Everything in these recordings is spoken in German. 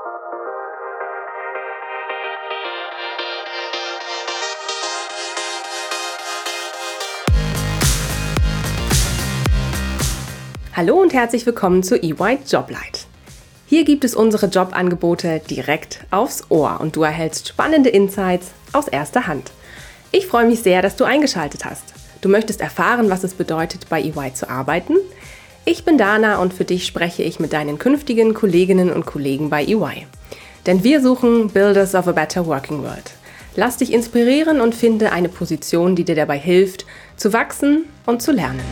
Hallo und herzlich willkommen zu EY Joblight. Hier gibt es unsere Jobangebote direkt aufs Ohr und du erhältst spannende Insights aus erster Hand. Ich freue mich sehr, dass du eingeschaltet hast. Du möchtest erfahren, was es bedeutet, bei EY zu arbeiten? Ich bin Dana und für dich spreche ich mit deinen künftigen Kolleginnen und Kollegen bei EY. Denn wir suchen Builders of a Better Working World. Lass dich inspirieren und finde eine Position, die dir dabei hilft, zu wachsen und zu lernen.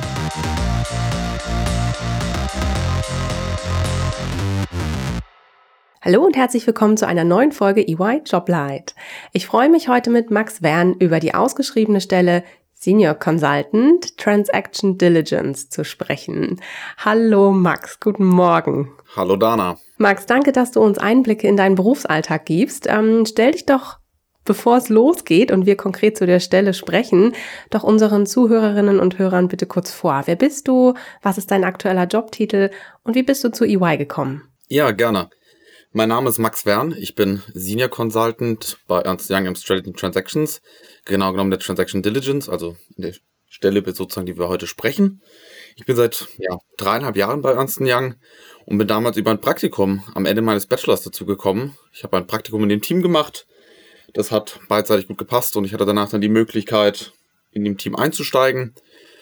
Hallo und herzlich willkommen zu einer neuen Folge EY Joblight. Ich freue mich heute mit Max Wern über die ausgeschriebene Stelle Senior Consultant Transaction Diligence zu sprechen. Hallo Max, guten Morgen. Hallo Dana. Max, danke, dass du uns Einblicke in deinen Berufsalltag gibst. Stell dich doch, bevor es losgeht und wir konkret zu der Stelle sprechen, doch unseren Zuhörerinnen und Hörern bitte kurz vor. Wer bist du? Was ist dein aktueller Jobtitel? Und wie bist du zu EY gekommen? Ja, gerne. Mein Name ist Max Wern, ich bin Senior Consultant bei Ernst & Young im Strategy Transactions, genau genommen der Transaction Diligence, also der Stelle sozusagen, die wir heute sprechen. Ich bin seit 3,5 Jahren bei Ernst & Young und bin damals über ein Praktikum am Ende meines Bachelors dazu gekommen. Ich habe ein Praktikum in dem Team gemacht, das hat beidseitig gut gepasst und ich hatte danach dann die Möglichkeit, in dem Team einzusteigen.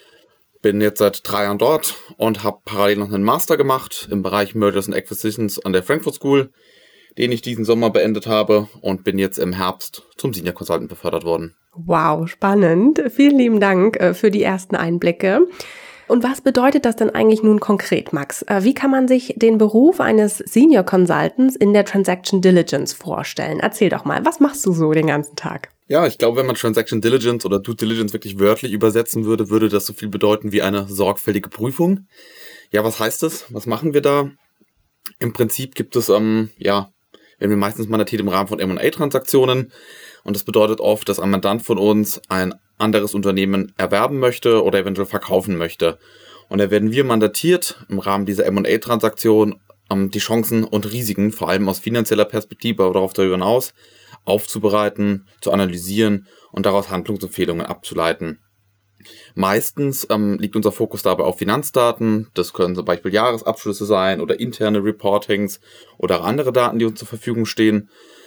Bin jetzt seit 3 Jahren dort und habe parallel noch einen Master gemacht im Bereich Mergers and Acquisitions an der Frankfurt School, den ich diesen Sommer beendet habe und bin jetzt im Herbst zum Senior Consultant befördert worden. Wow, spannend. Vielen lieben Dank für die ersten Einblicke. Und was bedeutet das denn eigentlich nun konkret, Max? Wie kann man sich den Beruf eines Senior Consultants in der Transaction Diligence vorstellen? Erzähl doch mal, was machst du so den ganzen Tag? Ja, ich glaube, wenn man Transaction Diligence oder Due Diligence wirklich wörtlich übersetzen würde, würde das so viel bedeuten wie eine sorgfältige Prüfung. Ja, was heißt das? Was machen wir da? Im Prinzip gibt es, werden wir meistens mandatiert im Rahmen von M&A-Transaktionen. Und das bedeutet oft, dass ein Mandant von uns ein anderes Unternehmen erwerben möchte oder eventuell verkaufen möchte. Und da werden wir mandatiert, im Rahmen dieser M&A-Transaktion die Chancen und Risiken, vor allem aus finanzieller Perspektive, aber darüber hinaus, aufzubereiten, zu analysieren und daraus Handlungsempfehlungen abzuleiten. Meistens liegt unser Fokus dabei auf Finanzdaten. Das können zum Beispiel Jahresabschlüsse sein oder interne Reportings oder andere Daten, die uns zur Verfügung stehen.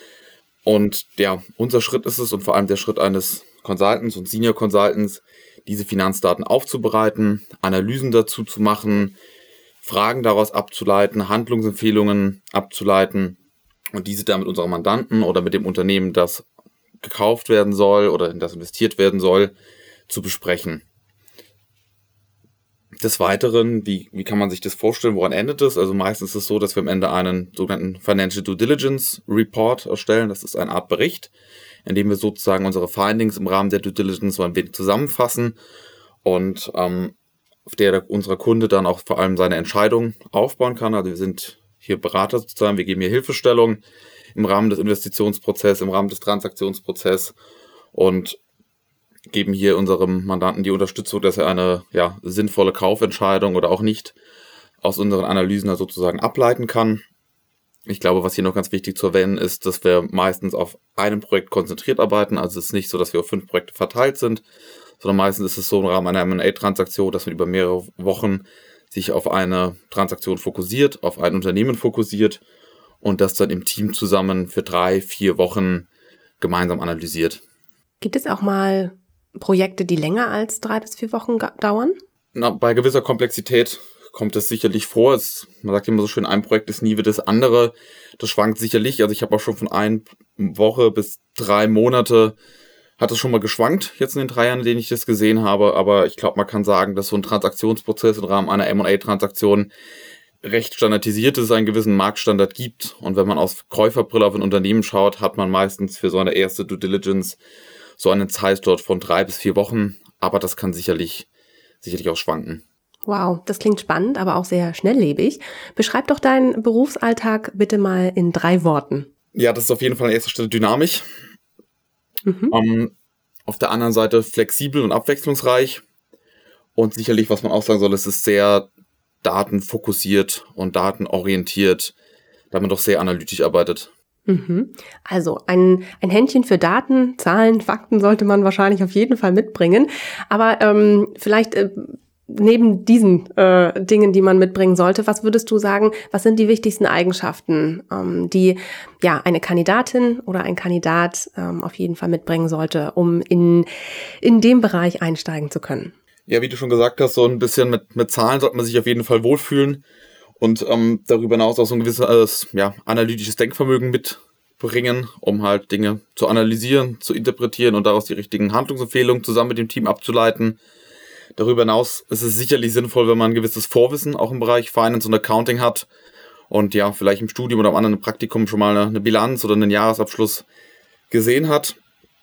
Und unser Schritt ist es und vor allem der Schritt eines Consultants und Senior Consultants, diese Finanzdaten aufzubereiten, Analysen dazu zu machen, Fragen daraus abzuleiten, Handlungsempfehlungen abzuleiten und diese dann mit unserem Mandanten oder mit dem Unternehmen, das gekauft werden soll oder in das investiert werden soll, zu besprechen. Des Weiteren, wie kann man sich das vorstellen, woran endet es? Also meistens ist es so, dass wir am Ende einen sogenannten Financial Due Diligence Report erstellen. Das ist eine Art Bericht, in dem wir sozusagen unsere Findings im Rahmen der Due Diligence so ein wenig zusammenfassen und auf der unser Kunde dann auch vor allem seine Entscheidung aufbauen kann. Also wir sind hier Berater sozusagen, wir geben hier Hilfestellung im Rahmen des Investitionsprozesses, im Rahmen des Transaktionsprozesses und geben hier unserem Mandanten die Unterstützung, dass er eine sinnvolle Kaufentscheidung oder auch nicht aus unseren Analysen sozusagen ableiten kann. Ich glaube, was hier noch ganz wichtig zu erwähnen ist, dass wir meistens auf einem Projekt konzentriert arbeiten. Also es ist nicht so, dass wir auf 5 Projekte verteilt sind, sondern meistens ist es so im Rahmen einer M&A-Transaktion, dass man über mehrere Wochen sich auf eine Transaktion fokussiert, auf ein Unternehmen fokussiert und das dann im Team zusammen für 3-4 Wochen gemeinsam analysiert. Gibt es auch mal Projekte, die länger als 3 bis 4 Wochen dauern? Bei gewisser Komplexität kommt es sicherlich vor. Man sagt immer so schön, ein Projekt ist nie wie das andere. Das schwankt sicherlich. Also ich habe auch schon von 1 Woche bis 3 Monate hat es schon mal geschwankt, jetzt in den 3 Jahren, in denen ich das gesehen habe. Aber ich glaube, man kann sagen, dass so ein Transaktionsprozess im Rahmen einer M&A-Transaktion recht standardisiert ist, einen gewissen Marktstandard gibt. Und wenn man aus Käuferbrille auf ein Unternehmen schaut, hat man meistens für so eine erste Due Diligence so einen Zeitslot von 3 bis 4 Wochen. Aber das kann sicherlich auch schwanken. Wow, das klingt spannend, aber auch sehr schnelllebig. Beschreib doch deinen Berufsalltag bitte mal in 3 Worten. Ja, das ist auf jeden Fall an erster Stelle dynamisch. Auf der anderen Seite flexibel und abwechslungsreich. Und sicherlich, was man auch sagen soll, es ist sehr datenfokussiert und datenorientiert. da man doch sehr analytisch arbeitet. Also ein Händchen für Daten, Zahlen, Fakten sollte man wahrscheinlich auf jeden Fall mitbringen. Aber vielleicht neben diesen Dingen, die man mitbringen sollte, was würdest du sagen, was sind die wichtigsten Eigenschaften, die ja eine Kandidatin oder ein Kandidat auf jeden Fall mitbringen sollte, um in dem Bereich einsteigen zu können? Ja, wie du schon gesagt hast, so ein bisschen mit Zahlen sollte man sich auf jeden Fall wohlfühlen. Und darüber hinaus auch so ein gewisses analytisches Denkvermögen mitbringen, um halt Dinge zu analysieren, zu interpretieren und daraus die richtigen Handlungsempfehlungen zusammen mit dem Team abzuleiten. Darüber hinaus ist es sicherlich sinnvoll, wenn man ein gewisses Vorwissen auch im Bereich Finance und Accounting hat und ja, vielleicht im Studium oder am anderen Praktikum schon mal eine Bilanz oder einen Jahresabschluss gesehen hat.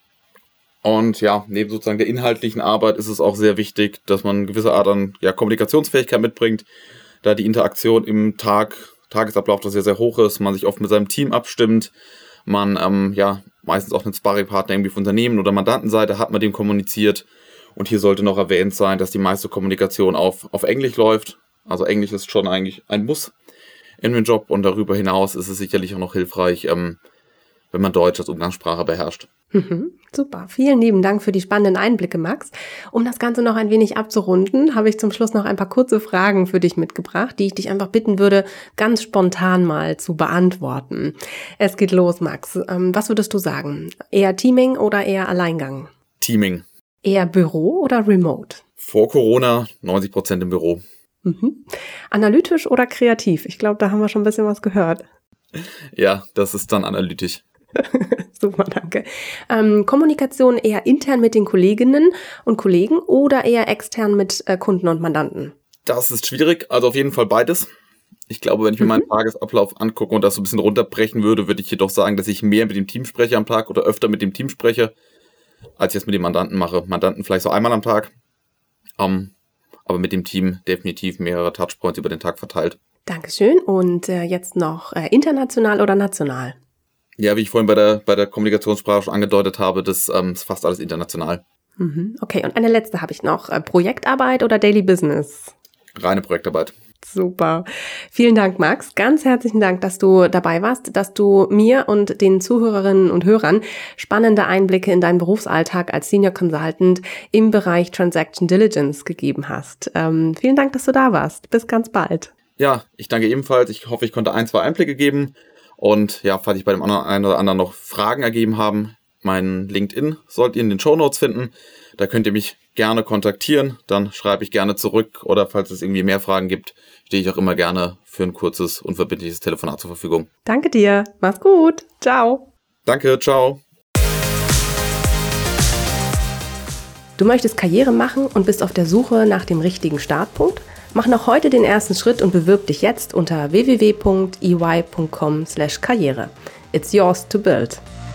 Und ja, neben sozusagen der inhaltlichen Arbeit ist es auch sehr wichtig, dass man eine gewisse Art an Kommunikationsfähigkeit mitbringt, da die Interaktion im Tagesablauf sehr, sehr hoch ist, man sich oft mit seinem Team abstimmt, man meistens auch einen Sparringpartner irgendwie von Unternehmen oder Mandantenseite hat, mit dem kommuniziert. Und hier sollte noch erwähnt sein, dass die meiste Kommunikation auf Englisch läuft. Also Englisch ist schon eigentlich ein Muss in dem Job und darüber hinaus ist es sicherlich auch noch hilfreich, wenn man Deutsch als Umgangssprache beherrscht. Super, vielen lieben Dank für die spannenden Einblicke, Max. Um das Ganze noch ein wenig abzurunden, habe ich zum Schluss noch ein paar kurze Fragen für dich mitgebracht, die ich dich einfach bitten würde, ganz spontan mal zu beantworten. Es geht los, Max. Was würdest du sagen? Eher Teaming oder eher Alleingang? Teaming. Eher Büro oder Remote? Vor Corona 90% im Büro. Analytisch oder kreativ? Ich glaube, da haben wir schon ein bisschen was gehört. Ja, das ist dann analytisch. Super, danke. Kommunikation eher intern mit den Kolleginnen und Kollegen oder eher extern mit Kunden und Mandanten? Das ist schwierig, also auf jeden Fall beides. Ich glaube, wenn ich mir meinen Tagesablauf angucke und das so ein bisschen runterbrechen würde, würde ich jedoch sagen, dass ich mehr mit dem Team spreche am Tag oder öfter mit dem Team spreche, als ich es mit dem Mandanten mache. Mandanten vielleicht so einmal am Tag, aber mit dem Team definitiv mehrere Touchpoints über den Tag verteilt. Dankeschön. Und jetzt noch international oder national? Ja, wie ich vorhin bei der Kommunikationssprache schon angedeutet habe, das ist fast alles international. Okay, und eine letzte habe ich noch. Projektarbeit oder Daily Business? Reine Projektarbeit. Super. Vielen Dank, Max. Ganz herzlichen Dank, dass du dabei warst, dass du mir und den Zuhörerinnen und Hörern spannende Einblicke in deinen Berufsalltag als Senior Consultant im Bereich Transaction Diligence gegeben hast. Vielen Dank, dass du da warst. Bis ganz bald. Ja, ich danke ebenfalls. Ich hoffe, ich konnte 1, 2 Einblicke geben. Und ja, falls ich bei dem einen oder anderen noch Fragen ergeben haben, mein LinkedIn sollt ihr in den Shownotes finden. Da könnt ihr mich gerne kontaktieren, dann schreibe ich gerne zurück oder falls es irgendwie mehr Fragen gibt, stehe ich auch immer gerne für ein kurzes, unverbindliches Telefonat zur Verfügung. Danke dir, mach's gut, ciao. Danke, ciao. Du möchtest Karriere machen und bist auf der Suche nach dem richtigen Startpunkt? Mach noch heute den ersten Schritt und bewirb dich jetzt unter www.ey.com/karriere. It's yours to build.